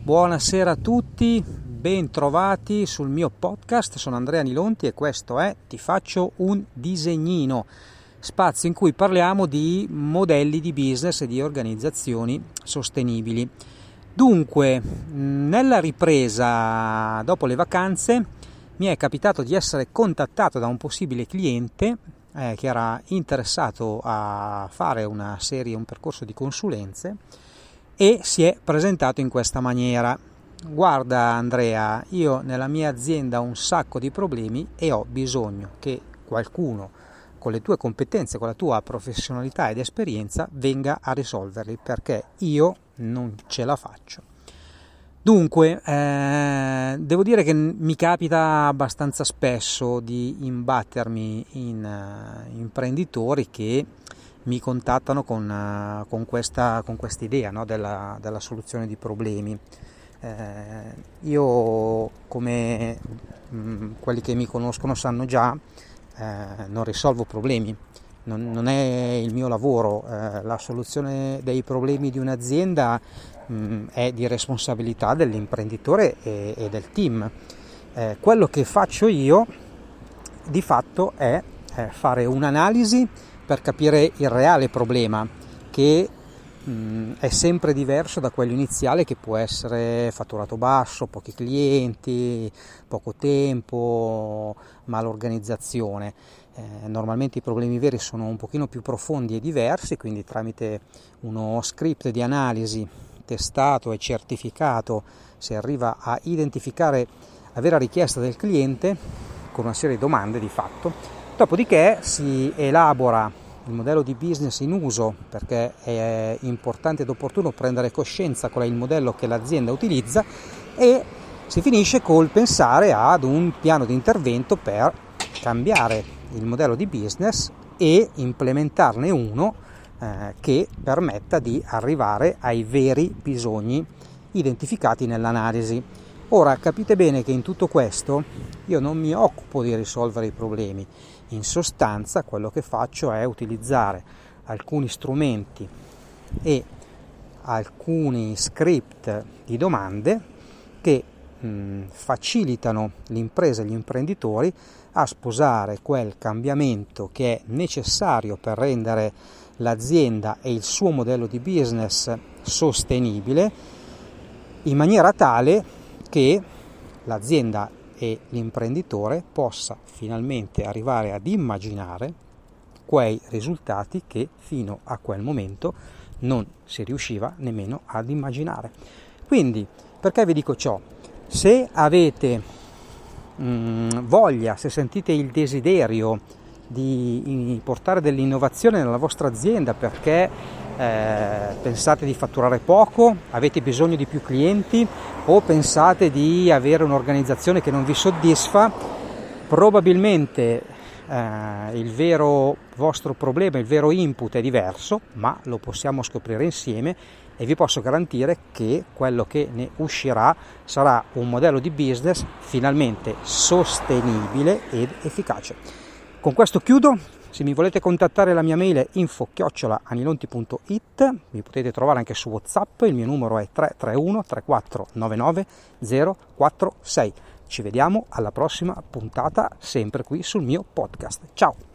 Buonasera a tutti, ben trovati sul mio podcast. Sono Andrea Nilonti e questo è Ti faccio un disegnino, spazio in cui parliamo di modelli di business e di organizzazioni sostenibili. Dunque, nella ripresa dopo le vacanze mi è capitato di essere contattato da un possibile cliente che era interessato a fare un percorso di consulenze, e si è presentato in questa maniera: guarda Andrea, io nella mia azienda ho un sacco di problemi e ho bisogno che qualcuno con le tue competenze, con la tua professionalità ed esperienza venga a risolverli, perché io non ce la faccio. Dunque, devo dire che mi capita abbastanza spesso di imbattermi in imprenditori che mi contattano con questa idea, no, della soluzione di problemi. Io, come quelli che mi conoscono sanno già, non risolvo problemi, non è il mio lavoro. La soluzione dei problemi di un'azienda è di responsabilità dell'imprenditore e del team. Quello che faccio io di fatto è fare un'analisi per capire il reale problema, che è sempre diverso da quello iniziale, che può essere fatturato basso, pochi clienti, poco tempo, malorganizzazione. Normalmente i problemi veri sono un pochino più profondi e diversi, quindi tramite uno script di analisi testato e certificato si arriva a identificare la vera richiesta del cliente con una serie di domande di fatto. Dopodiché si elabora il modello di business in uso, perché è importante ed opportuno prendere coscienza qual è il modello che l'azienda utilizza, e si finisce col pensare ad un piano di intervento per cambiare il modello di business e implementarne uno che permetta di arrivare ai veri bisogni identificati nell'analisi. Ora, capite bene che in tutto questo io non mi occupo di risolvere i problemi. In sostanza quello che faccio è utilizzare alcuni strumenti e alcuni script di domande che facilitano l'impresa e gli imprenditori a sposare quel cambiamento che è necessario per rendere l'azienda e il suo modello di business sostenibile, in maniera tale che l'azienda e l'imprenditore possa finalmente arrivare ad immaginare quei risultati che fino a quel momento non si riusciva nemmeno ad immaginare. Quindi, perché vi dico ciò? Se avete voglia, se sentite il desiderio di portare dell'innovazione nella vostra azienda, perché pensate di fatturare poco, avete bisogno di più clienti, o pensate di avere un'organizzazione che non vi soddisfa, probabilmente il vero vostro problema, il vero input è diverso, ma lo possiamo scoprire insieme, e vi posso garantire che quello che ne uscirà sarà un modello di business finalmente sostenibile ed efficace. Con questo chiudo. Se mi volete contattare, la mia mail è info@anilonti.it, mi potete trovare anche su WhatsApp, il mio numero è 331 3499 046. Ci vediamo alla prossima puntata, sempre qui sul mio podcast. Ciao!